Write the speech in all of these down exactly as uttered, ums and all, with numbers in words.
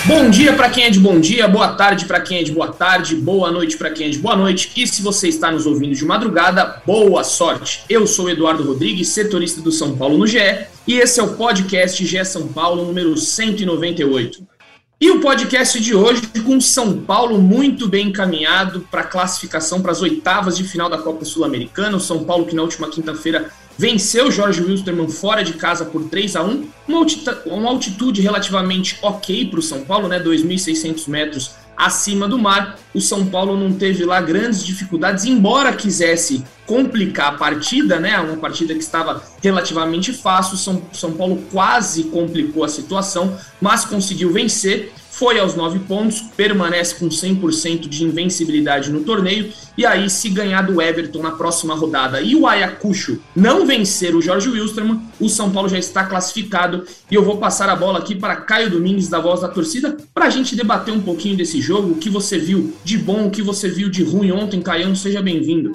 Bom dia para quem é de bom dia, boa tarde para quem é de boa tarde, boa noite para quem é de boa noite, e se você está nos ouvindo de madrugada, boa sorte. Eu sou Eduardo Rodrigues, setorista do São Paulo no G E, e esse é o podcast G E São Paulo número cento e noventa e oito. E o podcast de hoje com São Paulo muito bem encaminhado para a classificação para as oitavas de final da Copa Sul-Americana. O São Paulo que na última quinta-feira venceu o Jorge Wilstermann fora de casa por três a um, uma, uma altitude relativamente ok para o São Paulo, né? dois mil e seiscentos metros acima do mar. O São Paulo não teve lá grandes dificuldades, embora quisesse complicar a partida, né? Uma partida que estava relativamente fácil. São, São Paulo quase complicou a situação, mas conseguiu vencer. Foi aos nove pontos, permanece com cem por cento de invencibilidade no torneio, e aí se ganhar do Everton na próxima rodada e o Ayacucho não vencer o Jorge Wilstermann, o São Paulo já está classificado, e eu vou passar a bola aqui para Caio Domingues, da Voz da Torcida, para a gente debater um pouquinho desse jogo, o que você viu de bom, o que você viu de ruim ontem. Caião, seja bem-vindo.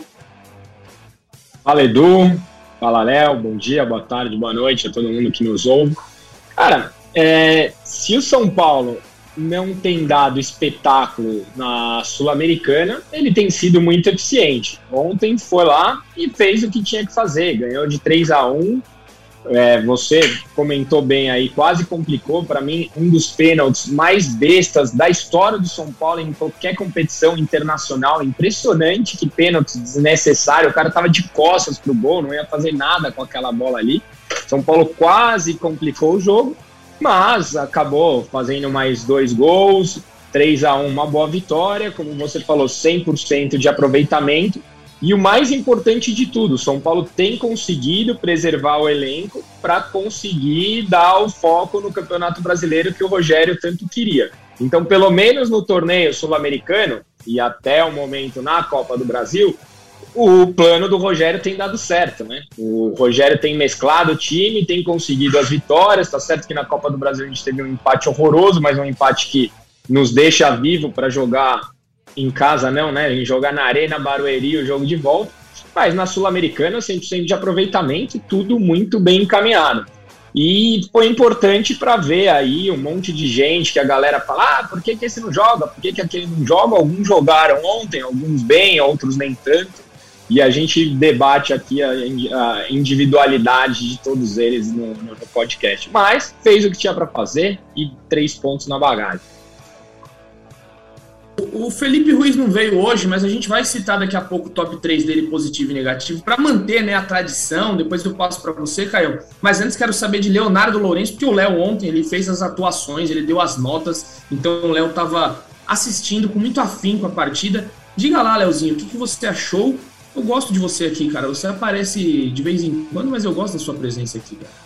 Fala, Edu, fala, Léo, bom dia, boa tarde, boa noite a todo mundo que nos ouve. Cara, é, se o São Paulo não tem dado espetáculo na Sul-Americana, ele tem sido muito eficiente. Ontem foi lá e fez o que tinha que fazer, ganhou de três a um. É, você comentou bem aí, quase complicou. Para mim, um dos pênaltis mais bestas da história do São Paulo em qualquer competição internacional. Impressionante, que pênalti desnecessário, o cara tava de costas pro gol, não ia fazer nada com aquela bola ali. São Paulo quase complicou o jogo, mas acabou fazendo mais dois gols, três a um, uma boa vitória, como você falou, cem por cento de aproveitamento. E o mais importante de tudo, o São Paulo tem conseguido preservar o elenco para conseguir dar o foco no Campeonato Brasileiro que o Rogério tanto queria. Então, pelo menos no torneio sul-americano e até o momento na Copa do Brasil, o plano do Rogério tem dado certo, né? O Rogério tem mesclado o time, tem conseguido as vitórias. Tá certo que na Copa do Brasil a gente teve um empate horroroso, mas um empate que nos deixa vivo para jogar em casa, não, né? Em jogar na Arena Barueri o jogo de volta. Mas na Sul-Americana, cem por cento de aproveitamento, tudo muito bem encaminhado. E foi importante para ver aí um monte de gente que a galera fala: ah, por que, que esse não joga? Por que, que aquele não joga? Alguns jogaram ontem, alguns bem, outros nem tanto. E a gente debate aqui a, a individualidade de todos eles no, no podcast. Mas fez o que tinha para fazer e três pontos na bagagem. O Felipe Ruiz não veio hoje, mas a gente vai citar daqui a pouco o top três dele, positivo e negativo, para manter, né, a tradição. Depois eu passo para você, Caio. Mas antes quero saber de Leonardo Lourenço, porque o Léo ontem ele fez as atuações, ele deu as notas, então o Léo estava assistindo com muito afinco a partida. Diga lá, Léozinho, o que, que você achou? Eu gosto de você aqui, cara. Você aparece de vez em quando, mas eu gosto da sua presença aqui, cara.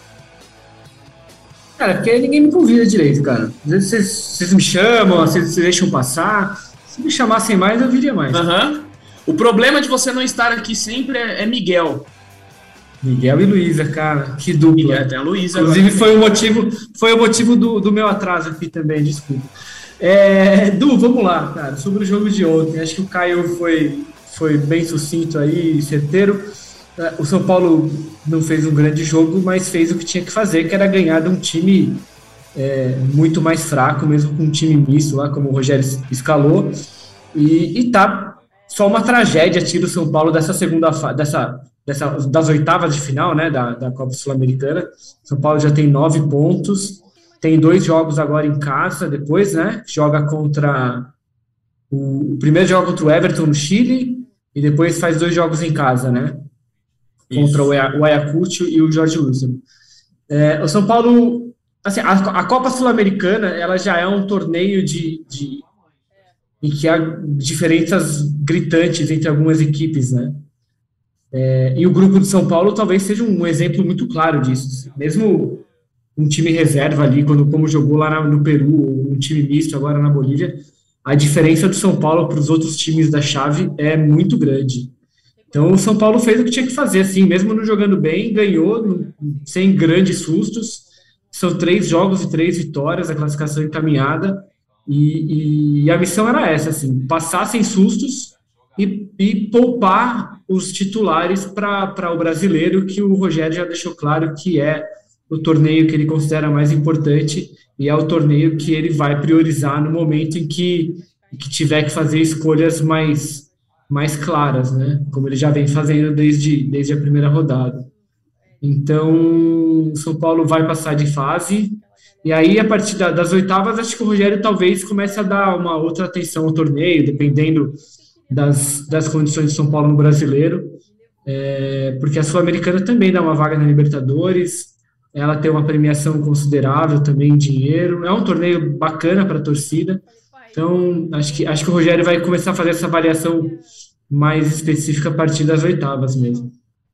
Cara, porque ninguém me convida direito, cara. Às vezes vocês, vocês me chamam, vocês, vocês deixam passar. Se me chamassem mais, eu viria mais. Uhum. O problema de você não estar aqui sempre é, é Miguel. Miguel e Luísa, cara. Que dupla. Miguel, tem a Luísa. Inclusive, foi o motivo, foi o motivo do, do meu atraso aqui também, desculpa. É, Du, vamos lá, cara. Sobre o jogo de ontem. Acho que o Caio foi... foi bem sucinto aí, certeiro. O São Paulo não fez um grande jogo, mas fez o que tinha que fazer, que era ganhar de um time é, muito mais fraco, mesmo com um time misto lá, como o Rogério escalou. E, e tá só uma tragédia tira o São Paulo dessa segunda fase, dessa, dessa, das oitavas de final, né, da, da Copa Sul-Americana. São Paulo já tem nove pontos, tem dois jogos agora em casa, depois, né, joga contra... O, o primeiro jogo contra o Everton no Chile, e depois faz dois jogos em casa, né? Isso. Contra o Ayacucho e o Jorge Wilstermann. É, o São Paulo... Assim, a, a Copa Sul-Americana, ela já é um torneio de, de, em que há diferenças gritantes entre algumas equipes, né? É, e o grupo de São Paulo talvez seja um exemplo muito claro disso. Mesmo um time reserva ali, quando, como jogou lá na, no Peru, ou um time misto agora na Bolívia, a diferença do São Paulo para os outros times da chave é muito grande. Então o São Paulo fez o que tinha que fazer, assim, mesmo não jogando bem, ganhou sem grandes sustos. São três jogos e três vitórias, a classificação encaminhada, e, e a missão era essa, assim, passar sem sustos e, e poupar os titulares para o brasileiro, que o Rogério já deixou claro que é o torneio que ele considera mais importante, e é o torneio que ele vai priorizar no momento em que, que tiver que fazer escolhas mais, mais claras, né? Como ele já vem fazendo desde, desde a primeira rodada. Então, o São Paulo vai passar de fase, e aí, a partir da, das oitavas, acho que o Rogério talvez comece a dar uma outra atenção ao torneio, dependendo das, das condições de São Paulo no Brasileiro, é, porque a Sul-Americana também dá uma vaga na Libertadores, ela tem uma premiação considerável também em dinheiro, é um torneio bacana para a torcida, então acho que, acho que o Rogério vai começar a fazer essa avaliação mais específica a partir das oitavas mesmo.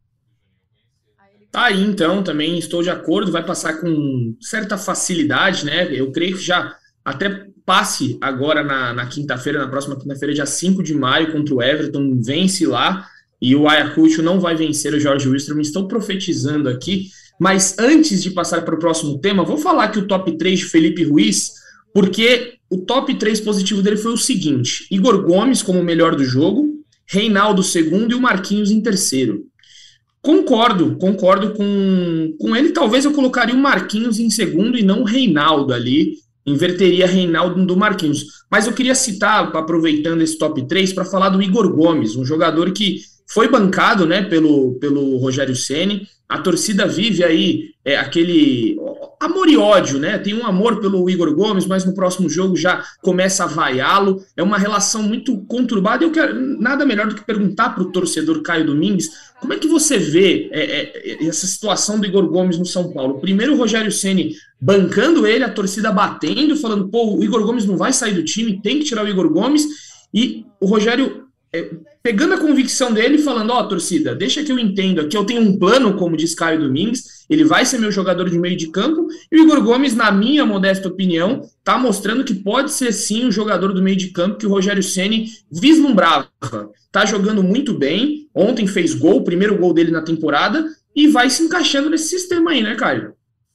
Tá aí, então, também estou de acordo, vai passar com certa facilidade, né? Eu creio que já até passe agora na, na quinta-feira, na próxima quinta-feira, dia cinco de maio, contra o Everton, vence lá, e o Ayacucho não vai vencer o Jorge Wilstermann. Estou profetizando aqui, mas antes de passar para o próximo tema, vou falar que o top três de Felipe Ruiz, porque o top três positivo dele foi o seguinte: Igor Gomes como o melhor do jogo, Reinaldo segundo e o Marquinhos em terceiro. Concordo, concordo com, com ele. Talvez eu colocaria o Marquinhos em segundo e não o Reinaldo ali. Inverteria Reinaldo do Marquinhos. Mas eu queria citar, aproveitando esse top três, para falar do Igor Gomes, um jogador que foi bancado, né, pelo, pelo Rogério Ceni. A torcida vive aí é, aquele amor e ódio, né? Tem um amor pelo Igor Gomes, mas no próximo jogo já começa a vaiá-lo. É uma relação muito conturbada. Eu quero nada melhor do que perguntar para o torcedor Caio Domingues como é que você vê é, é, essa situação do Igor Gomes no São Paulo. Primeiro o Rogério Ceni bancando ele, a torcida batendo, falando, pô, o Igor Gomes não vai sair do time, tem que tirar o Igor Gomes, e o Rogério é, pegando a convicção dele e falando, ó, oh, torcida, deixa que eu entendo aqui, eu tenho um plano, como diz Caio Domingues, ele vai ser meu jogador de meio de campo, e o Igor Gomes, na minha modesta opinião, tá mostrando que pode ser sim o jogador do meio de campo que o Rogério Ceni vislumbrava. Tá jogando muito bem, ontem fez gol, o primeiro gol dele na temporada, e vai se encaixando nesse sistema aí, né, Caio?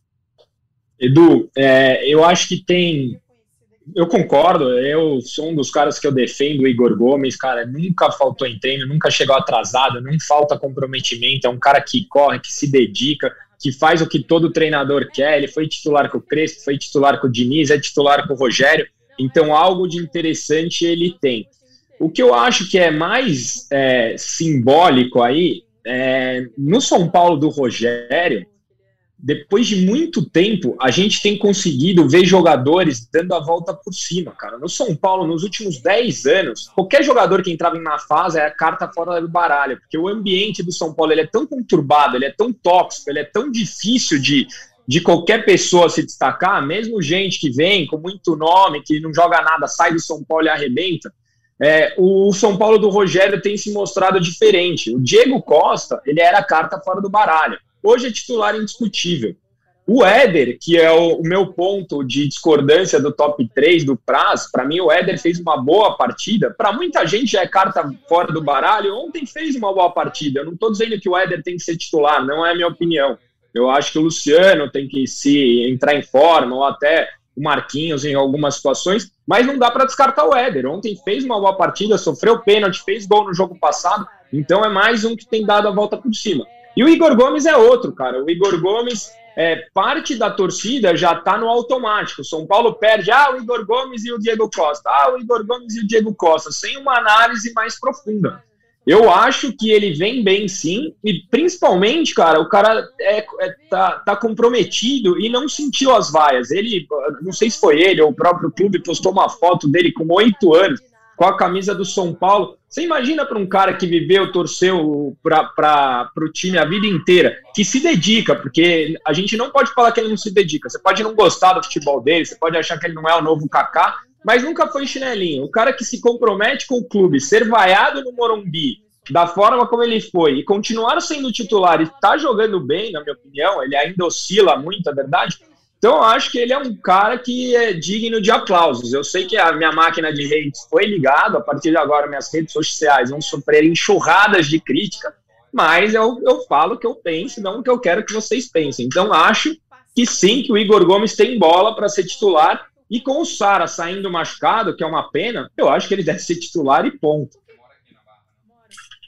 Edu, é, eu acho que tem... Eu concordo, eu sou um dos caras que eu defendo o Igor Gomes, cara, nunca faltou em treino, nunca chegou atrasado, não falta comprometimento, é um cara que corre, que se dedica, que faz o que todo treinador quer. Ele foi titular com o Crespo, foi titular com o Diniz, é titular com o Rogério, então algo de interessante ele tem. O que eu acho que é mais é, simbólico aí, é, no São Paulo do Rogério, depois de muito tempo, a gente tem conseguido ver jogadores dando a volta por cima, cara. No São Paulo, nos últimos dez anos, qualquer jogador que entrava em uma fase era carta fora do baralho, porque o ambiente do São Paulo ele é tão conturbado, ele é tão tóxico, ele é tão difícil de, de qualquer pessoa se destacar, mesmo gente que vem com muito nome, que não joga nada, sai do São Paulo e arrebenta. É, o São Paulo do Rogério tem se mostrado diferente. O Diego Costa, ele era carta fora do baralho. Hoje é titular indiscutível. O Éder, que é o, o meu ponto de discordância do top três do Praz, para mim o Éder fez uma boa partida. Para muita gente já é carta fora do baralho. Ontem fez uma boa partida. Eu não estou dizendo que o Éder tem que ser titular, não é a minha opinião. Eu acho que o Luciano tem que se entrar em forma, ou até o Marquinhos em algumas situações, mas não dá para descartar o Éder. Ontem fez uma boa partida, sofreu pênalti, fez gol no jogo passado, então é mais um que tem dado a volta por cima. E o Igor Gomes é outro, cara. O Igor Gomes, é, parte da torcida já tá no automático. O São Paulo perde, ah, o Igor Gomes e o Diego Costa. Ah, o Igor Gomes e o Diego Costa, sem uma análise mais profunda. Eu acho que ele vem bem, sim, e principalmente, cara, o cara é, é, tá, tá comprometido e não sentiu as vaias. Ele, não sei se foi ele ou o próprio clube, postou uma foto dele com oito anos, com a camisa do São Paulo. Você imagina para um cara que viveu, torceu para o time a vida inteira, que se dedica, porque a gente não pode falar que ele não se dedica. Você pode não gostar do futebol dele, você pode achar que ele não é o novo Kaká, mas nunca foi chinelinho. O cara que se compromete com o clube, ser vaiado no Morumbi, da forma como ele foi, e continuar sendo titular e tá jogando bem, na minha opinião, ele ainda oscila muito, é verdade. Então eu acho que ele é um cara que é digno de aplausos. Eu sei que a minha máquina de redes foi ligada, a partir de agora minhas redes sociais vão sofrer enxurradas de crítica, mas eu, eu falo o que eu penso, não o que eu quero que vocês pensem. Então acho que sim, que o Igor Gomes tem bola para ser titular, e com o Sara saindo machucado, que é uma pena, eu acho que ele deve ser titular e ponto.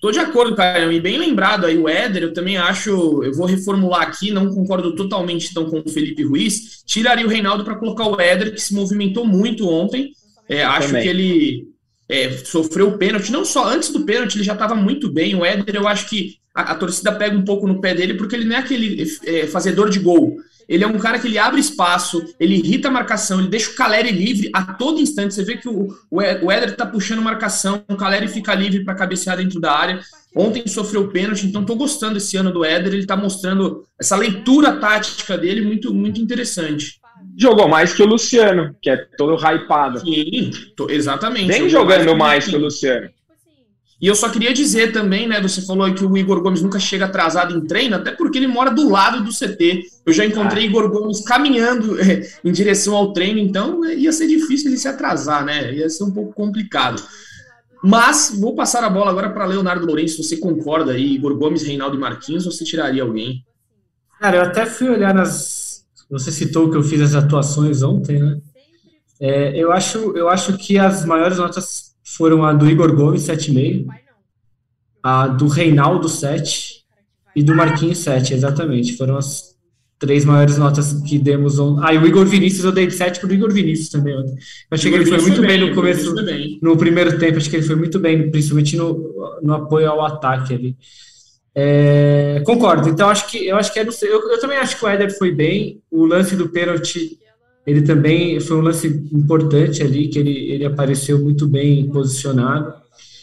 Tô de acordo, cara, e bem lembrado aí o Éder, eu também acho, eu vou reformular aqui, não concordo totalmente então com o Felipe Ruiz, tiraria o Reinaldo para colocar o Éder, que se movimentou muito ontem, é, acho também. que ele é, sofreu o pênalti, não só antes do pênalti, ele já estava muito bem, o Éder eu acho que a, a torcida pega um pouco no pé dele, porque ele não é aquele é, fazedor de gol. Ele é um cara que ele abre espaço, ele irrita a marcação, ele deixa o Caleri livre a todo instante. Você vê que o, o Éder tá puxando marcação, o Caleri fica livre para cabecear dentro da área. Ontem sofreu pênalti, então tô gostando esse ano do Éder. Ele tá mostrando essa leitura tática dele muito, muito interessante. Jogou mais que o Luciano, que é todo hypado. Sim, tô, exatamente. Vem jogando mais, mais que o Luciano. E eu só queria dizer também, né, você falou que o Igor Gomes nunca chega atrasado em treino, até porque ele mora do lado do C T. Eu já encontrei ah. Igor Gomes caminhando é, em direção ao treino, então é, ia ser difícil ele se atrasar, né? Ia ser um pouco complicado. Mas vou passar a bola agora para Leonardo Lourenço, se você concorda aí, Igor Gomes, Reinaldo e Marquinhos, ou você tiraria alguém? Cara, eu até fui olhar nas... Você citou que eu fiz as atuações ontem, né? É, eu, acho, eu acho que as maiores notas foram a do Igor Gomes, sete vírgula cinco, a do Reinaldo, sete, e do Marquinhos, sete, exatamente. Foram as três maiores notas que demos. On... Ah, e o Igor Vinícius, eu dei sete para o Igor Vinícius também ontem. Eu achei que ele foi muito bem, bem no começo, no primeiro tempo, acho que ele foi muito bem, principalmente no, no apoio ao ataque ali. É, concordo, então acho que, eu acho que é, eu, eu também acho que o Éder foi bem, o lance do pênalti, ele também foi um lance importante ali, que ele, ele apareceu muito bem posicionado.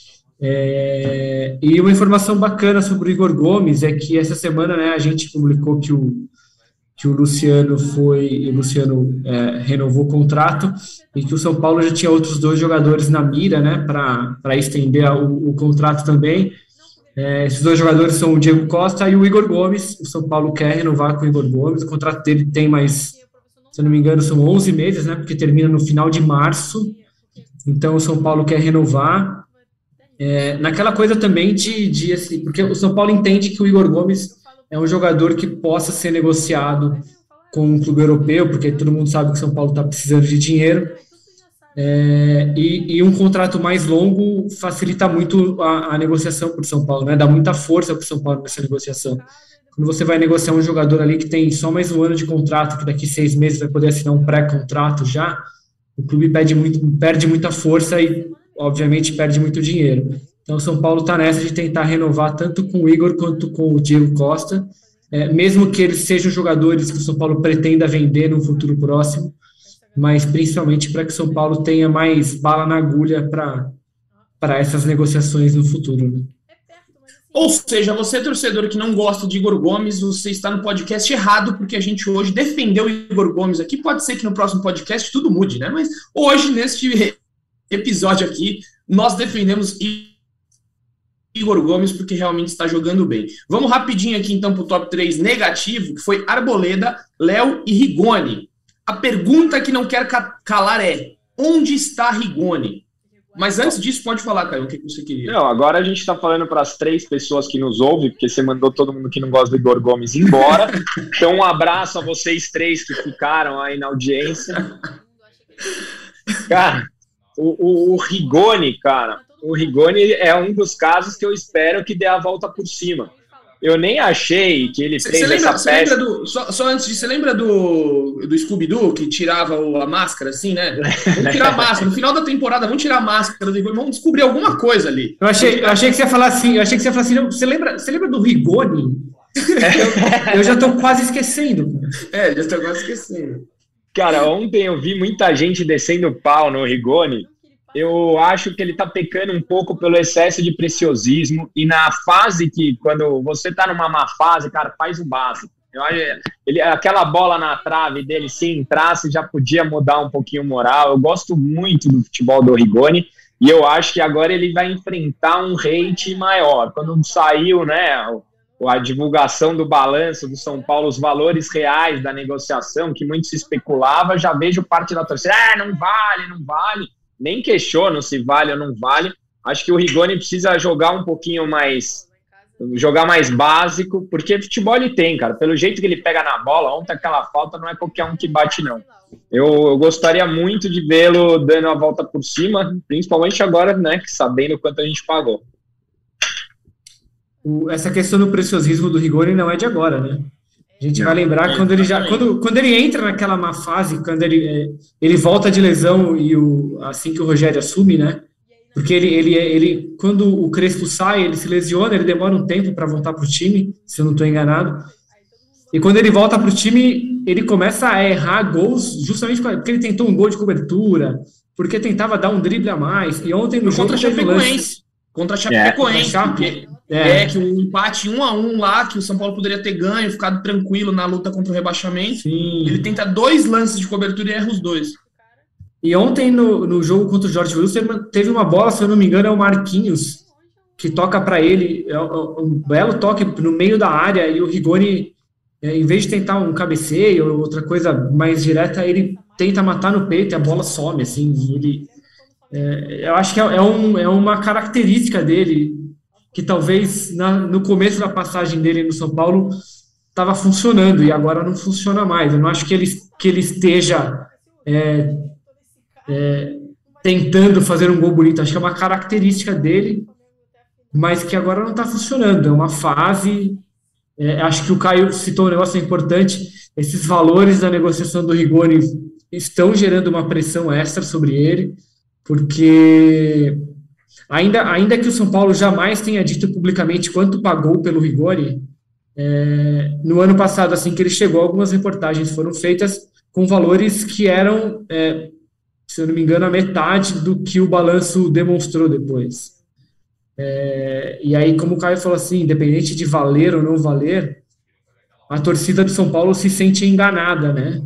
É, e uma informação bacana sobre o Igor Gomes é que essa semana, né, a gente publicou que o, que o Luciano foi, o Luciano é, renovou o contrato e que o São Paulo já tinha outros dois jogadores na mira, né, para estender a, o, o contrato também. É, esses dois jogadores são o Diego Costa e o Igor Gomes. O São Paulo quer renovar com o Igor Gomes, o contrato dele tem mais, se eu não me engano, são onze meses, né, porque termina no final de março, então o São Paulo quer renovar. É, naquela coisa também de, de assim, porque o São Paulo entende que o Igor Gomes é um jogador que possa ser negociado com um clube europeu, porque todo mundo sabe que o São Paulo está precisando de dinheiro, é, e, e um contrato mais longo facilita muito a, a negociação para o São Paulo, né? Dá muita força para o São Paulo nessa negociação. Quando você vai negociar um jogador ali que tem só mais um ano de contrato, que daqui seis meses vai poder assinar um pré-contrato já, o clube perde, muito, perde muita força e obviamente perde muito dinheiro. Então o São Paulo está nessa de tentar renovar tanto com o Igor quanto com o Diego Costa, é, mesmo que eles sejam jogadores que o São Paulo pretenda vender no futuro próximo, mas principalmente para que o São Paulo tenha mais bala na agulha para essas negociações no futuro, né? Ou seja, você torcedor que não gosta de Igor Gomes, você está no podcast errado, porque a gente hoje defendeu o Igor Gomes aqui. Pode ser que no próximo podcast tudo mude, né? Mas hoje, neste episódio aqui, nós defendemos Igor Gomes porque realmente está jogando bem. Vamos rapidinho aqui então para o top três negativo, que foi Arboleda, Léo e Rigoni. A pergunta que não quer calar é: onde está Rigoni? Mas antes disso, pode falar, Caio, o que você queria? Não, agora a gente está falando para as três pessoas que nos ouvem, porque você mandou todo mundo que não gosta do Igor Gomes embora. Então um abraço a vocês três que ficaram aí na audiência. Cara, O, o, o Rigoni, cara, o Rigoni é um dos casos que eu espero que dê a volta por cima. Eu nem achei que ele cê, fez cê lembra, essa peça... Do, só, só antes disso, você lembra do, do Scooby-Doo, que tirava o, a máscara, assim, né? Vamos tirar a máscara. No final da temporada, vamos tirar a máscara, vamos descobrir alguma coisa ali. Eu achei, eu achei que você ia falar assim, eu achei que você ia falar assim, você lembra, você lembra do Rigoni? eu, eu já tô quase esquecendo. É, já tô quase esquecendo. Cara, ontem eu vi muita gente descendo pau no Rigoni. Eu acho que ele tá pecando um pouco pelo excesso de preciosismo e na fase que, quando você tá numa má fase, cara, faz o básico. Eu acho, ele, aquela bola na trave dele, se entrasse, já podia mudar um pouquinho o moral. Eu gosto muito do futebol do Rigoni e eu acho que agora ele vai enfrentar um hate maior. Quando saiu, né, a divulgação do balanço do São Paulo, os valores reais da negociação, que muito se especulava, já vejo parte da torcida, ah, não vale, não vale. Nem questiono se vale ou não vale. Acho que o Rigoni precisa jogar um pouquinho mais, jogar mais básico, porque futebol ele tem, cara. Pelo jeito que ele pega na bola, ontem aquela falta não é qualquer um que bate, não. Eu, eu gostaria muito de vê-lo dando a volta por cima, principalmente agora, né, sabendo quanto a gente pagou. o, essa questão do preciosismo do Rigoni não é de agora, né? A gente vai lembrar quando ele já quando, quando ele entra naquela má fase, quando ele, ele volta de lesão e o, assim que o Rogério assume, né? Porque ele, ele, ele quando o Crespo sai, ele se lesiona, ele demora um tempo para voltar para o time, se eu não estou enganado. E quando ele volta para o time, ele começa a errar gols justamente porque ele tentou um gol de cobertura, porque tentava dar um drible a mais. E ontem no contra jogo Chapecoense, contra Chapecoense, Chape, é. é que um empate um a um lá, que o São Paulo poderia ter ganho, ficado tranquilo na luta contra o rebaixamento. Sim. Ele tenta dois lances de cobertura e erra os dois. E ontem no, no jogo contra o Jorge Wilson teve uma bola, se eu não me engano, é o Marquinhos que toca para ele, é um belo toque no meio da área, e o Rigoni, é, em vez de tentar um cabeceio ou outra coisa mais direta, ele tenta matar no peito e a bola some, assim, ele, é, eu acho que é, é, um, é uma característica dele, que talvez na, no começo da passagem dele no São Paulo estava funcionando, e agora não funciona mais. Eu não acho que ele, que ele esteja é, é, tentando fazer um gol bonito, acho que é uma característica dele, mas que agora não está funcionando, é uma fase. É, acho que o Caio citou um negócio importante, esses valores da negociação do Rigoni estão gerando uma pressão extra sobre ele, porque ainda, ainda que o São Paulo jamais tenha dito publicamente quanto pagou pelo Rigoni, é, no ano passado, assim que ele chegou, algumas reportagens foram feitas com valores que eram, é, se eu não me engano, a metade do que o balanço demonstrou depois. É, e aí, como o Caio falou assim, independente de valer ou não valer, a torcida do São Paulo se sente enganada, né?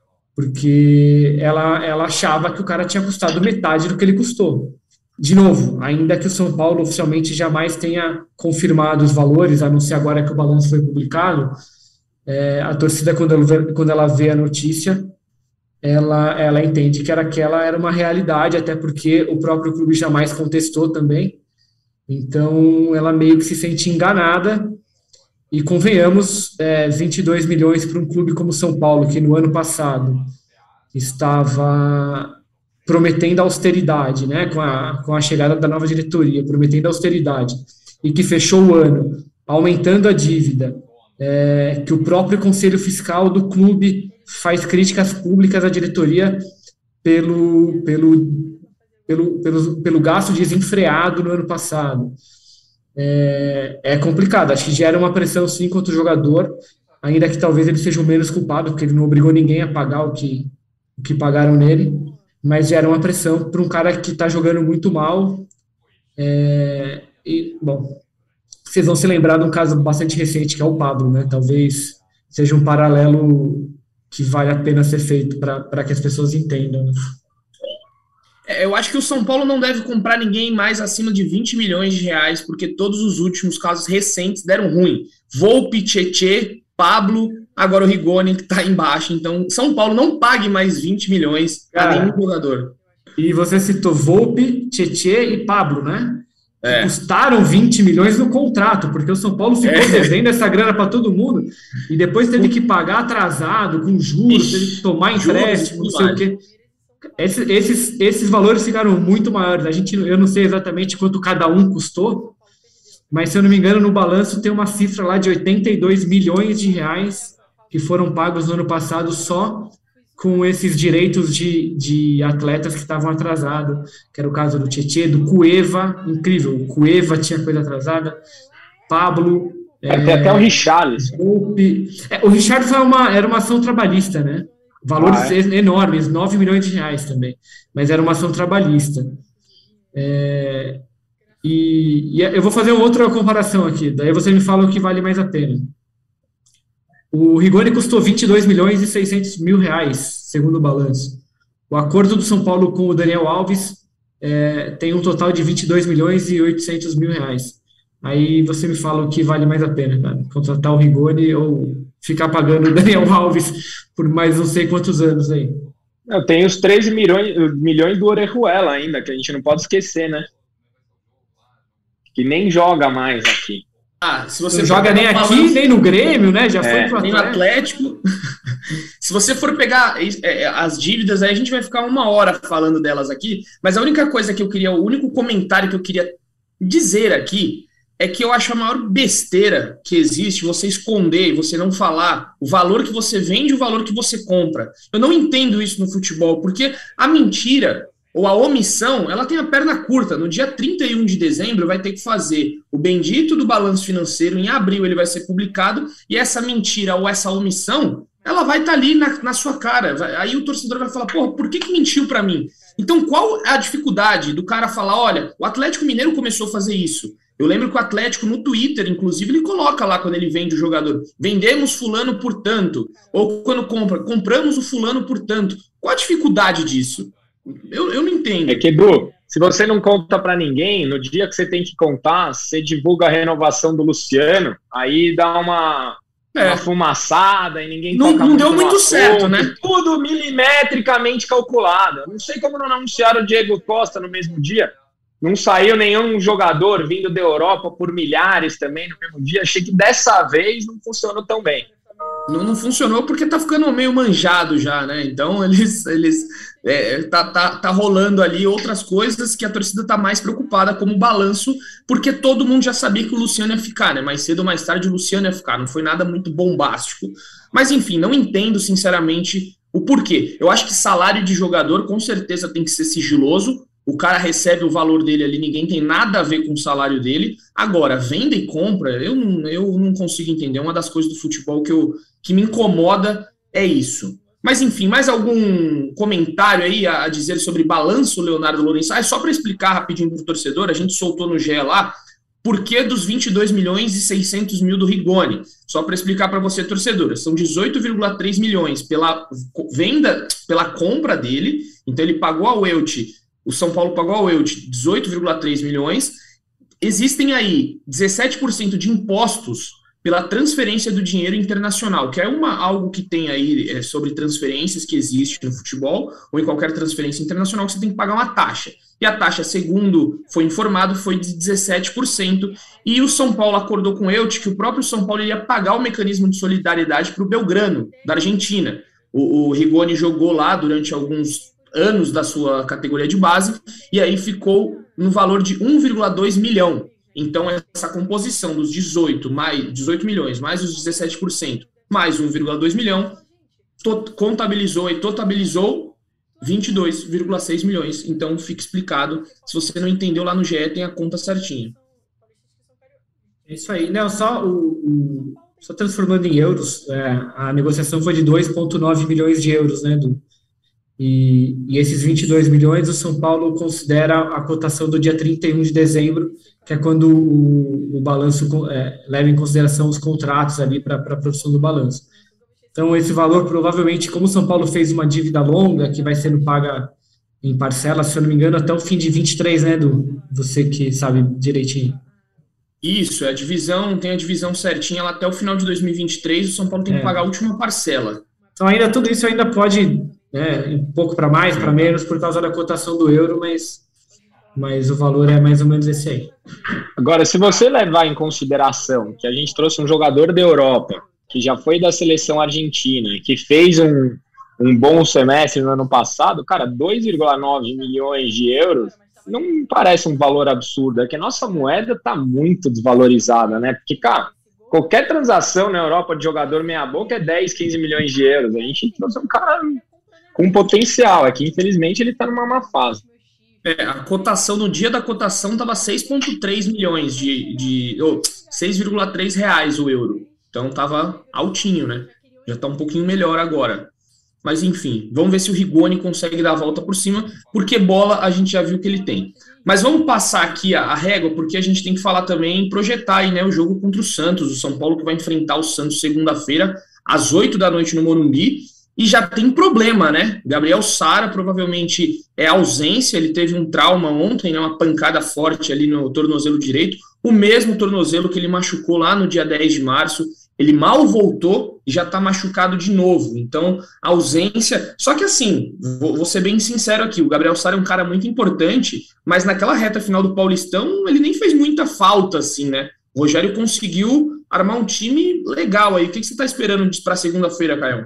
Porque ela, ela achava que o cara tinha custado metade do que ele custou. De novo, ainda que o São Paulo oficialmente jamais tenha confirmado os valores, a não ser agora que o balanço foi publicado, é, a torcida, quando ela, vê, quando ela vê a notícia, ela, ela entende que era, aquela era uma realidade, até porque o próprio clube jamais contestou também. Então, ela meio que se sente enganada, e convenhamos, é, vinte e dois milhões para um clube como São Paulo, que no ano passado estava prometendo austeridade, né, com a, com a chegada da nova diretoria, prometendo austeridade, e que fechou o ano aumentando a dívida, é, que o próprio Conselho Fiscal do clube faz críticas públicas à diretoria pelo... pelo Pelo, pelo, pelo gasto desenfreado no ano passado. É, é complicado, acho que gera uma pressão sim contra o jogador, ainda que talvez ele seja o menos culpado, porque ele não obrigou ninguém a pagar o que, o que pagaram nele, mas gera uma pressão para um cara que está jogando muito mal. É, e, bom, vocês vão se lembrar de um caso bastante recente, que é o Pablo, né? Talvez seja um paralelo que vale a pena ser feito para que as pessoas entendam, né? Eu acho que o São Paulo não deve comprar ninguém mais acima de vinte milhões de reais, porque todos os últimos casos recentes deram ruim. Volpi, Tietê, Pablo, agora o Rigoni, que está embaixo. Então, São Paulo não pague mais vinte milhões a nenhum jogador. E você citou Volpi, Tietê e Pablo, né? É. Custaram vinte milhões no contrato, porque o São Paulo ficou é. devendo essa grana para todo mundo, e depois teve que pagar atrasado, com juros, Ixi, teve que tomar empréstimo, não sei o quê. Esses, esses, esses valores ficaram muito maiores. A gente, eu não sei exatamente quanto cada um custou, mas se eu não me engano, no balanço tem uma cifra lá de oitenta e dois milhões de reais que foram pagos no ano passado só com esses direitos de, de atletas que estavam atrasados, que era o caso do Tietê, do Cueva, incrível, o Cueva tinha coisa atrasada, Pablo... É, tem até o Richarlison. O, é, o Richarlison era uma, era uma ação trabalhista, né? Valores ah, é. enormes, nove milhões de reais também, mas era uma ação trabalhista. É, e, e eu vou fazer uma outra comparação aqui, daí você me fala o que vale mais a pena. O Rigoni custou vinte e dois milhões e seiscentos mil reais, segundo o balanço. O acordo do São Paulo com o Daniel Alves é, tem um total de vinte e dois milhões e oitocentos mil reais. Aí você me fala o que vale mais a pena, cara, contratar o Rigoni ou ficar pagando o Daniel Alves por mais não sei quantos anos aí. Eu tenho os treze milhões, milhões do Orejuela ainda, que a gente não pode esquecer, né? Que nem joga mais aqui. Ah, se você não joga nem aqui, balanço, nem no Grêmio, né? Já é, foi pro nem no Atlético. Se você for pegar as dívidas, aí a gente vai ficar uma hora falando delas aqui, mas a única coisa que eu queria, o único comentário que eu queria dizer aqui é que eu acho a maior besteira que existe você esconder e você não falar o valor que você vende e o valor que você compra. Eu não entendo isso no futebol, porque a mentira ou a omissão, ela tem a perna curta. No dia trinta e um de dezembro vai ter que fazer o bendito do balanço financeiro, em abril ele vai ser publicado, e essa mentira ou essa omissão, ela vai estar tá ali na, na sua cara. Vai, aí o torcedor vai falar, porra, por que, que mentiu para mim? Então qual é a dificuldade do cara falar, olha, o Atlético Mineiro começou a fazer isso. Eu lembro que o Atlético, no Twitter, inclusive, ele coloca lá quando ele vende o jogador, vendemos fulano por tanto, ou quando compra, compramos o fulano por tanto. Qual a dificuldade disso? Eu, eu não entendo. É que, Edu, se você não conta pra ninguém, no dia que você tem que contar, você divulga a renovação do Luciano, aí dá uma, é. uma fumaçada e ninguém não, toca não deu muito certo, ponto, né? Tudo milimetricamente calculado. Não sei como não anunciaram o Diego Costa no mesmo dia. Não saiu nenhum jogador vindo da Europa por milhares também no mesmo dia. Achei que dessa vez não funcionou tão bem. Não, não funcionou porque tá ficando meio manjado já, né? Então eles, eles é, tá, tá, tá rolando ali outras coisas que a torcida tá mais preocupada, como o balanço, porque todo mundo já sabia que o Luciano ia ficar, né? Mais cedo ou mais tarde o Luciano ia ficar, não foi nada muito bombástico. Mas enfim, não entendo sinceramente o porquê. Eu acho que salário de jogador com certeza tem que ser sigiloso. O cara recebe o valor dele ali, ninguém tem nada a ver com o salário dele. Agora, venda e compra, eu não, eu não consigo entender. Uma das coisas do futebol que, eu, que me incomoda é isso. Mas, enfim, mais algum comentário aí a, a dizer sobre balanço, Leonardo Lourenço? Ah, é só para explicar rapidinho para o torcedor, a gente soltou no G E lá, por que dos vinte e dois milhões e seiscentos mil do Rigoni? Só para explicar para você, torcedora, são dezoito vírgula três milhões pela venda, pela compra dele, então ele pagou ao Elche. O São Paulo pagou ao Elche dezoito vírgula três milhões. Existem aí dezessete por cento de impostos pela transferência do dinheiro internacional, que é uma, algo que tem aí é, sobre transferências que existe no futebol, ou em qualquer transferência internacional, que você tem que pagar uma taxa. E a taxa, segundo foi informado, foi de dezessete por cento. E o São Paulo acordou com o Elche que o próprio São Paulo ia pagar o mecanismo de solidariedade para o Belgrano, da Argentina. O, o Rigoni jogou lá durante alguns anos da sua categoria de base, e aí ficou no valor de um vírgula dois milhão. Então, essa composição dos dezoito, mais, dezoito milhões, mais os dezessete por cento, mais um vírgula dois milhão, to- contabilizou e totalizou vinte e dois vírgula seis milhões. Então, fica explicado. Se você não entendeu, lá no G E tem a conta certinha. É isso aí. Não, só, o, o, só transformando em euros, é, a negociação foi de dois vírgula nove milhões de euros, né, do E, e esses vinte e dois milhões, o São Paulo considera a cotação do dia trinta e um de dezembro, que é quando o, o balanço é, leva em consideração os contratos ali para a produção do balanço. Então, esse valor, provavelmente, como o São Paulo fez uma dívida longa, que vai sendo paga em parcelas, se eu não me engano, até o fim de vinte e três, né, do você que sabe direitinho. Isso, é a divisão, tem a divisão certinha, lá até o final de dois mil e vinte e três, o São Paulo tem que é. pagar a última parcela. Então, ainda tudo isso ainda pode... É, um pouco para mais, para menos, por causa da cotação do euro, mas, mas o valor é mais ou menos esse aí. Agora, se você levar em consideração que a gente trouxe um jogador da Europa, que já foi da seleção argentina, que fez um, um bom semestre no ano passado, cara, dois vírgula nove milhões de euros não parece um valor absurdo, é que a nossa moeda está muito desvalorizada, né? Porque, cara, qualquer transação na Europa de jogador meia-boca é dez, quinze milhões de euros. A gente trouxe um cara com potencial, é que infelizmente ele está numa má fase. É, a cotação, no dia da cotação, estava seis vírgula três milhões de... de oh, seis vírgula três reais o euro. Então estava altinho, né? Já está um pouquinho melhor agora. Mas enfim, vamos ver se o Rigoni consegue dar a volta por cima, porque bola a gente já viu que ele tem. Mas vamos passar aqui a, a régua, porque a gente tem que falar também, projetar aí, né, o jogo contra o Santos, o São Paulo que vai enfrentar o Santos segunda-feira, às oito da noite no Morumbi. E já tem problema, né? Gabriel Sara provavelmente é ausência, ele teve um trauma ontem, né? Uma pancada forte ali no tornozelo direito, o mesmo tornozelo que ele machucou lá no dia dez de março, ele mal voltou e já tá machucado de novo, então ausência, só que assim, vou, vou ser bem sincero aqui, o Gabriel Sara é um cara muito importante, mas naquela reta final do Paulistão, ele nem fez muita falta assim, né? O Rogério conseguiu armar um time legal aí, o que, que você tá esperando para segunda-feira, Caio?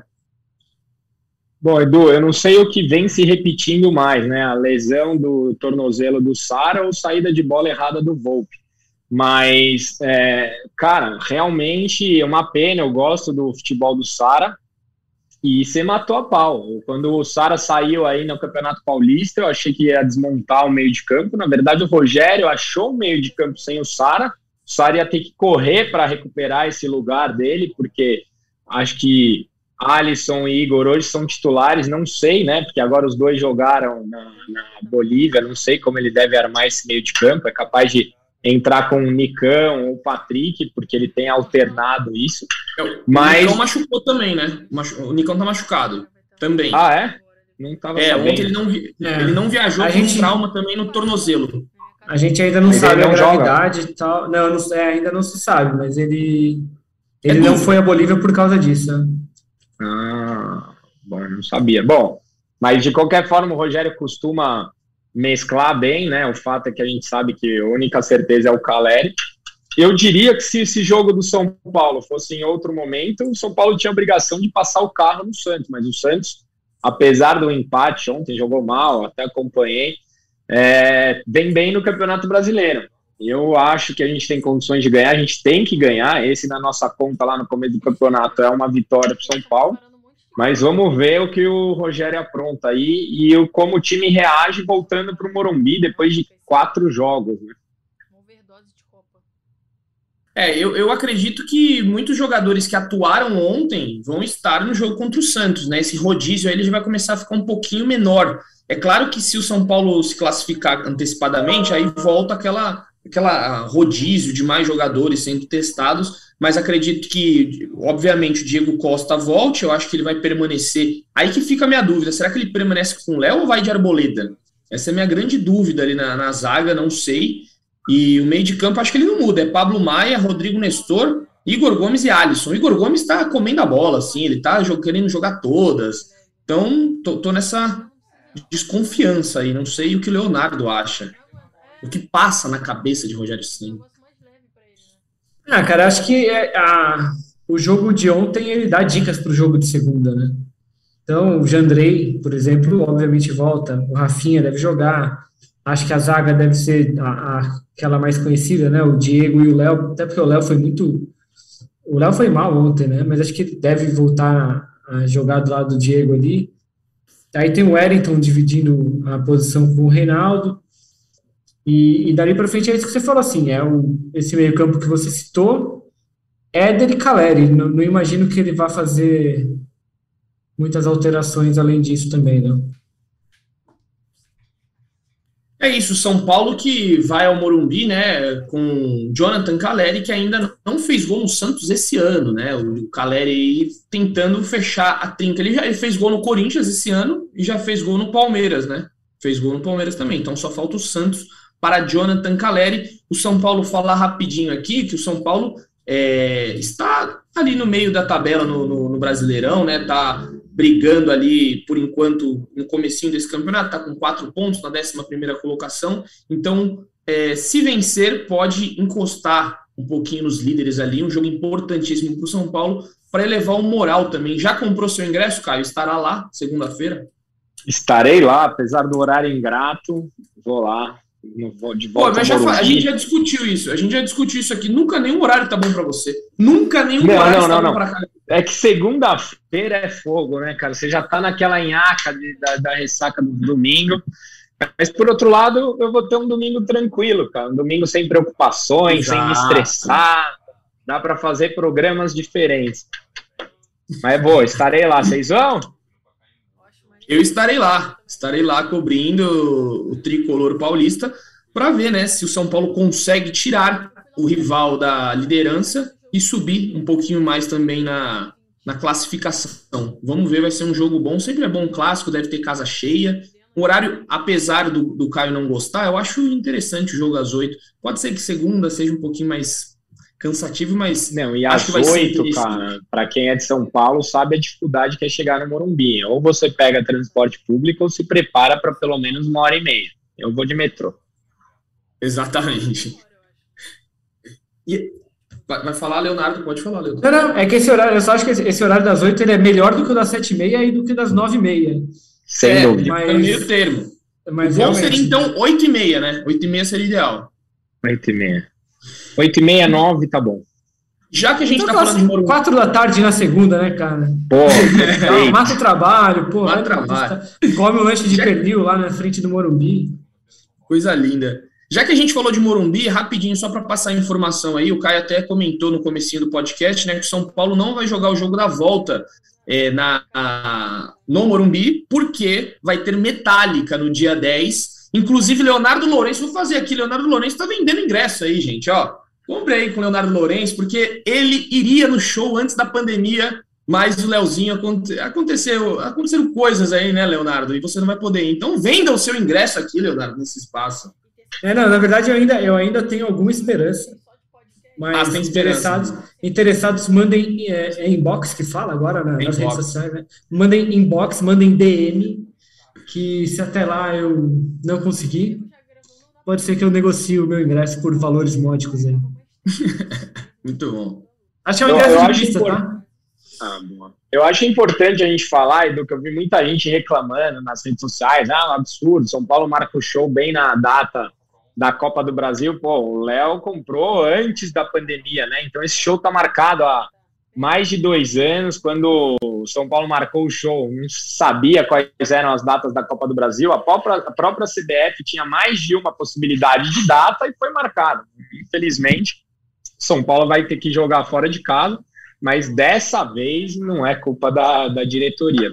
Bom, Edu, eu não sei o que vem se repetindo mais, né? A lesão do tornozelo do Sara ou saída de bola errada do Volpi. Mas, é, cara, realmente é uma pena, eu gosto do futebol do Sara, e você matou a pau. Quando o Sara saiu aí no Campeonato Paulista, eu achei que ia desmontar o meio de campo. Na verdade, o Rogério achou o meio de campo sem o Sara. O Sara ia ter que correr para recuperar esse lugar dele, porque acho que Alisson e Igor hoje são titulares, não sei, né? Porque agora os dois jogaram na, na Bolívia, não sei como ele deve armar esse meio de campo. É capaz de entrar com o Nicão ou o Patrick, porque ele tem alternado isso. Mas... O Nicão machucou também, né? O Nicão tá machucado também. Ah, é? Não tava é, sabendo. Ontem ele não, é. ele não viajou a com gente... trauma também no tornozelo. A gente ainda não ele sabe não a gravidade joga. e tal. Não, não é, ainda não se sabe, mas ele, ele é não foi à Bolívia por causa disso. Né? Ah, bom, não sabia. Bom, mas de qualquer forma o Rogério costuma mesclar bem, né? O fato é que a gente sabe que a única certeza é o Caleri. Eu diria que se esse jogo do São Paulo fosse em outro momento, o São Paulo tinha a obrigação de passar o carro no Santos, mas o Santos, apesar do empate ontem, jogou mal, até acompanhei, é, vem bem no Campeonato Brasileiro. Eu acho que a gente tem condições de ganhar, a gente tem que ganhar. Esse na nossa conta lá no começo do campeonato é uma vitória para o São Paulo. Mas vamos ver o que o Rogério apronta aí e o, como o time reage voltando para o Morumbi depois de quatro jogos, né? É, eu, eu acredito que muitos jogadores que atuaram ontem vão estar no jogo contra o Santos, né? Esse rodízio aí ele já vai começar a ficar um pouquinho menor. É claro que se o São Paulo se classificar antecipadamente, aí volta aquela, aquela rodízio de mais jogadores sendo testados, mas acredito que, obviamente, o Diego Costa volte, eu acho que ele vai permanecer. Aí que fica a minha dúvida, será que ele permanece com o Léo ou vai de Arboleda? Essa é a minha grande dúvida ali na, na zaga, não sei. E o meio de campo, acho que ele não muda, é Pablo Maia, Rodrigo Nestor, Igor Gomes e Alisson. O Igor Gomes tá comendo a bola, assim, ele tá querendo jogar todas. Então, tô, tô nessa desconfiança aí, não sei o que o Leonardo acha. O que passa na cabeça de Rogério Ceni. Ah, cara, acho que é, a, o jogo de ontem ele dá dicas para o jogo de segunda, né? Então, o Jandrei, por exemplo, obviamente volta, o Rafinha deve jogar, acho que a zaga deve ser a, a, aquela mais conhecida, né? O Diego e o Léo, até porque o Léo foi muito... O Léo foi mal ontem, né? Mas acho que ele deve voltar a, a jogar do lado do Diego ali. Aí tem o Wellington dividindo a posição com o Reinaldo. E, e dali para frente é isso que você falou, assim, é o, esse meio campo que você citou, Éder e Caleri, não, não imagino que ele vá fazer muitas alterações além disso também, não. É isso, São Paulo que vai ao Morumbi, né, com Jonathan Caleri, que ainda não fez gol no Santos esse ano, né, o Caleri tentando fechar a trinca, ele já ele fez gol no Corinthians esse ano e já fez gol no Palmeiras, né, fez gol no Palmeiras também, então só falta o Santos para Jonathan Caleri. O São Paulo, falar rapidinho aqui, que o São Paulo é, está ali no meio da tabela no, no, no Brasileirão, né, tá brigando ali, por enquanto, no comecinho desse campeonato, tá com quatro pontos na décima primeira colocação, então, é, se vencer, pode encostar um pouquinho nos líderes ali, um jogo importantíssimo para o São Paulo, para elevar o moral também. Já comprou seu ingresso, Caio? Estará lá, segunda-feira? Estarei lá, apesar do horário ingrato, vou lá. De volta. Pô, mas já fa- a gente já discutiu isso, a gente já discutiu isso aqui, nunca nenhum horário tá bom pra você, nunca nenhum não, horário não, tá não, bom não. pra cá. É que segunda-feira é fogo, né, cara? Você já tá naquela nhaca de, da, da ressaca do domingo, mas por outro lado, eu vou ter um domingo tranquilo, cara, um domingo sem preocupações, Exato. sem me estressar, dá pra fazer programas diferentes. Mas, boa, estarei lá, vocês vão? Eu estarei lá, estarei lá cobrindo o tricolor paulista para ver, né, se o São Paulo consegue tirar o rival da liderança e subir um pouquinho mais também na, na classificação. Vamos ver, vai ser um jogo bom, sempre é bom um clássico, deve ter casa cheia. O horário, apesar do, do Caio não gostar, eu acho interessante o jogo às oito. Pode ser que segunda seja um pouquinho mais cansativo, mas não, e acho às que vai oito, ser cara, para quem é de São Paulo, sabe a dificuldade que é chegar no Morumbi. Ou você pega transporte público ou se prepara para pelo menos uma hora e meia. Eu vou de metrô. Exatamente. E, vai, vai falar, Leonardo? Pode falar, Leonardo. Não, não, é que esse horário, eu só acho que esse, esse horário das oito ele é melhor do que o das sete e meia e do que das nove e meia. Sem é, dúvida. Mas, é meio termo. mas o bom realmente, seria, então, oito e meia, né? oito e meia seria ideal. oito e meia. oito e meia, nove, tá bom. Já que a gente então, tá falando de Morumbi... quatro da tarde na segunda, né, cara? Pô, é, mata o trabalho, pô. Mata né, o trabalho. Come um lanche de Já... pernil lá na frente do Morumbi. Coisa linda. Já que a gente falou de Morumbi, rapidinho, só para passar a informação aí, o Caio até comentou no comecinho do podcast, né, que o São Paulo não vai jogar o jogo da volta é, na, a, no Morumbi, porque vai ter Metallica no dia dez. Inclusive, Leonardo Lourenço, vou fazer aqui, Leonardo Lourenço tá vendendo ingresso aí, gente, ó. Comprei com o Leonardo Lourenço, porque ele iria no show antes da pandemia, mas o Leozinho, aconteceu, aconteceram coisas aí, né, Leonardo, e você não vai poder ir. Então, venda o seu ingresso aqui, Leonardo, nesse espaço. É, não, na verdade, eu ainda, eu ainda tenho alguma esperança. Mas ah, interessados, interessados, mandem é, é inbox, que fala agora né, nas redes sociais, né? Mandem inbox, mandem D M, que se até lá eu não conseguir, pode ser que eu negocie o meu ingresso por valores módicos aí. Muito bom. Acho que é um ingresso de pista, tá? Ah, boa. Eu acho importante a gente falar, Edu, que eu vi muita gente reclamando nas redes sociais, ah, um absurdo, São Paulo marca o show bem na data da Copa do Brasil. Pô, o Léo comprou antes da pandemia, né? Então esse show tá marcado há mais de dois anos. Quando o São Paulo marcou o show, não sabia quais eram as datas da Copa do Brasil. A própria, a própria C B F tinha mais de uma possibilidade de data e foi marcado. Infelizmente, São Paulo vai ter que jogar fora de casa, mas dessa vez não é culpa da, da diretoria.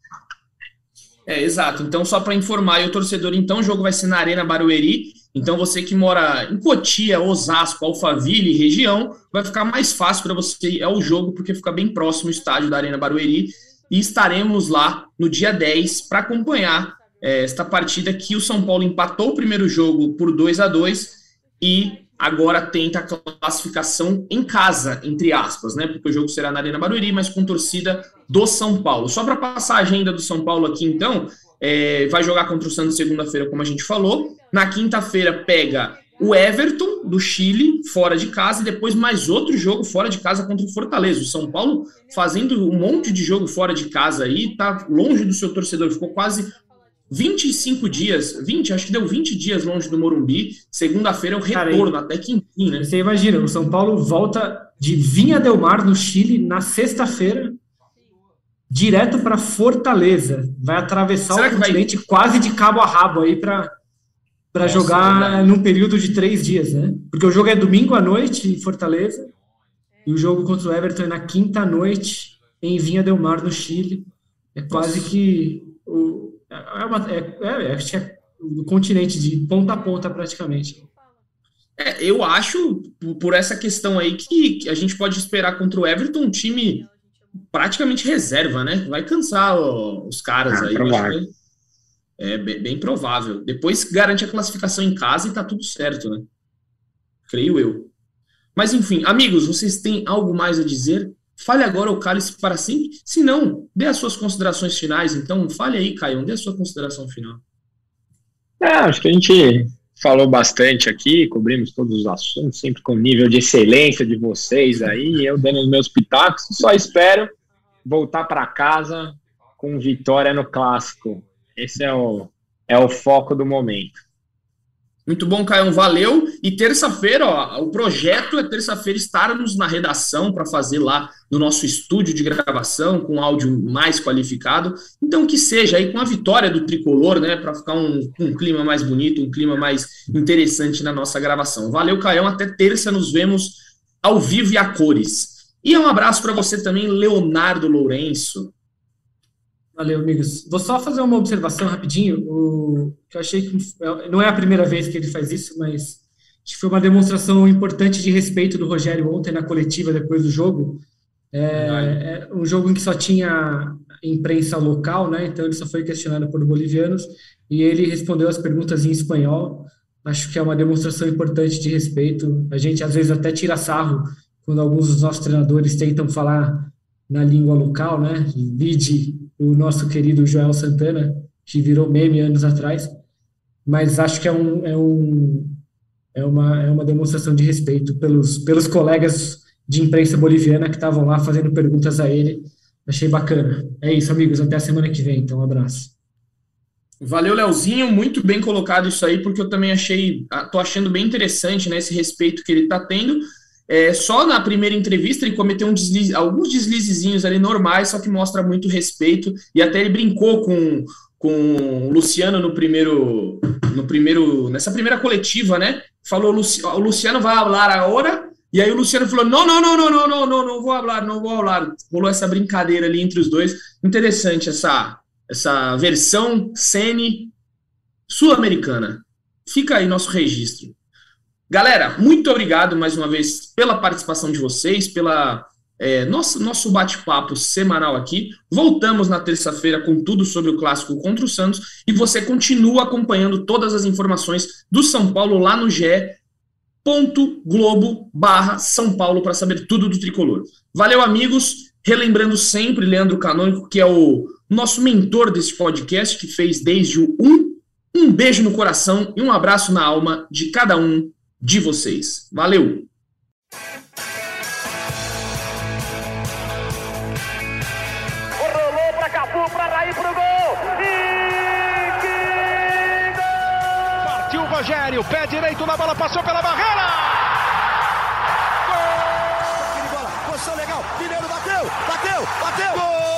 É, exato. Então, só para informar aí o torcedor, então o jogo vai ser na Arena Barueri. Então, você que mora em Cotia, Osasco, Alphaville, região, vai ficar mais fácil para você ir ao jogo, porque fica bem próximo o estádio da Arena Barueri. E estaremos lá no dia dez para acompanhar é, esta partida que o São Paulo empatou o primeiro jogo por dois a dois e agora tenta a classificação em casa, entre aspas, né? Porque o jogo será na Arena Barueri, mas com torcida do São Paulo. Só para passar a agenda do São Paulo aqui, então, é, vai jogar contra o Santos segunda-feira, como a gente falou. Na quinta-feira pega o Everton, do Chile, fora de casa, e depois mais outro jogo fora de casa contra o Fortaleza. O São Paulo fazendo um monte de jogo fora de casa aí, tá longe do seu torcedor, ficou quase vinte e cinco dias, vinte, acho que deu vinte dias longe do Morumbi. Segunda-feira é o retorno, até que enfim, né? Você imagina, o São Paulo volta de Vinha del Mar, no Chile, na sexta-feira, direto para Fortaleza. Vai atravessar Será o continente vai... quase de cabo a rabo aí para para jogar é num período de três dias, né? Porque o jogo é domingo à noite em Fortaleza e o jogo contra o Everton é na quinta à noite em Vinha del Mar, no Chile. É quase Nossa. que o É, uma, é, é, acho que é o continente de ponta a ponta praticamente. É, eu acho, por essa questão aí, que a gente pode esperar contra o Everton um time praticamente reserva, né? Vai cansar ó, os caras ah, aí. Acho que é bem, bem provável. Depois garante a classificação em casa e tá tudo certo, né? Creio eu. Mas enfim, amigos, vocês têm algo mais a dizer? Fale agora ou cale-se para sempre. Se não, dê as suas considerações finais. Então, fale aí, Caio, dê a sua consideração final. É, acho que a gente falou bastante aqui, cobrimos todos os assuntos, sempre com nível de excelência de vocês aí, eu dando os meus pitacos. Só espero voltar para casa com vitória no Clássico. Esse é o, é o foco do momento. Muito bom, Caio, valeu. E terça-feira, ó, o projeto é terça-feira estarmos na redação para fazer lá no nosso estúdio de gravação, com áudio mais qualificado. Então, que seja aí com a vitória do Tricolor, né, para ficar um, um clima mais bonito, um clima mais interessante na nossa gravação. Valeu, Caio. Até terça, nos vemos ao vivo e a cores. E um abraço para você também, Leonardo Lourenço. Valeu, amigos. Vou só fazer uma observação rapidinho, o, que eu achei que não é a primeira vez que ele faz isso, mas acho que foi uma demonstração importante de respeito do Rogério ontem na coletiva depois do jogo. É, é um jogo em que só tinha imprensa local, né? Então ele só foi questionado por bolivianos e ele respondeu as perguntas em espanhol. Acho que é uma demonstração importante de respeito. A gente às vezes até tira sarro quando alguns dos nossos treinadores tentam falar na língua local, né? Vide o nosso querido Joel Santana, que virou meme anos atrás, mas acho que é, um, é, um, é, uma, é uma demonstração de respeito pelos, pelos colegas de imprensa boliviana que estavam lá fazendo perguntas a ele. Achei bacana. É isso, amigos, até a semana que vem, então um abraço. Valeu, Leozinho, muito bem colocado isso aí, porque eu também achei, tô achando bem interessante, né, esse respeito que ele tá tendo. É, só na primeira entrevista ele cometeu um deslize, alguns deslizezinhos ali normais, só que mostra muito respeito, e até ele brincou com, com o Luciano no primeiro, no primeiro, nessa primeira coletiva, né, falou, o Luciano vai falar agora, e aí o Luciano falou, não, não, não, não, não, não, não, não vou falar, não vou falar, rolou essa brincadeira ali entre os dois, interessante essa, essa versão Ceni sul-americana, fica aí nosso registro. Galera, muito obrigado mais uma vez pela participação de vocês, pela é, nosso, nosso bate-papo semanal aqui. Voltamos na terça-feira com tudo sobre o clássico contra o Santos e você continua acompanhando todas as informações do São Paulo lá no ge ponto globo barra São Paulo para saber tudo do tricolor. Valeu, amigos. Relembrando sempre Leandro Canônico, que é o nosso mentor desse podcast, que fez desde o um. Um beijo no coração e um abraço na alma de cada um de vocês. Valeu! Rolou pra Cafu, pra Raí, pro gol! E que gol! Partiu o Rogério, pé direito na bola, passou pela barreira! Gol! Bola, posição legal, Mineiro bateu, bateu, bateu! Gol!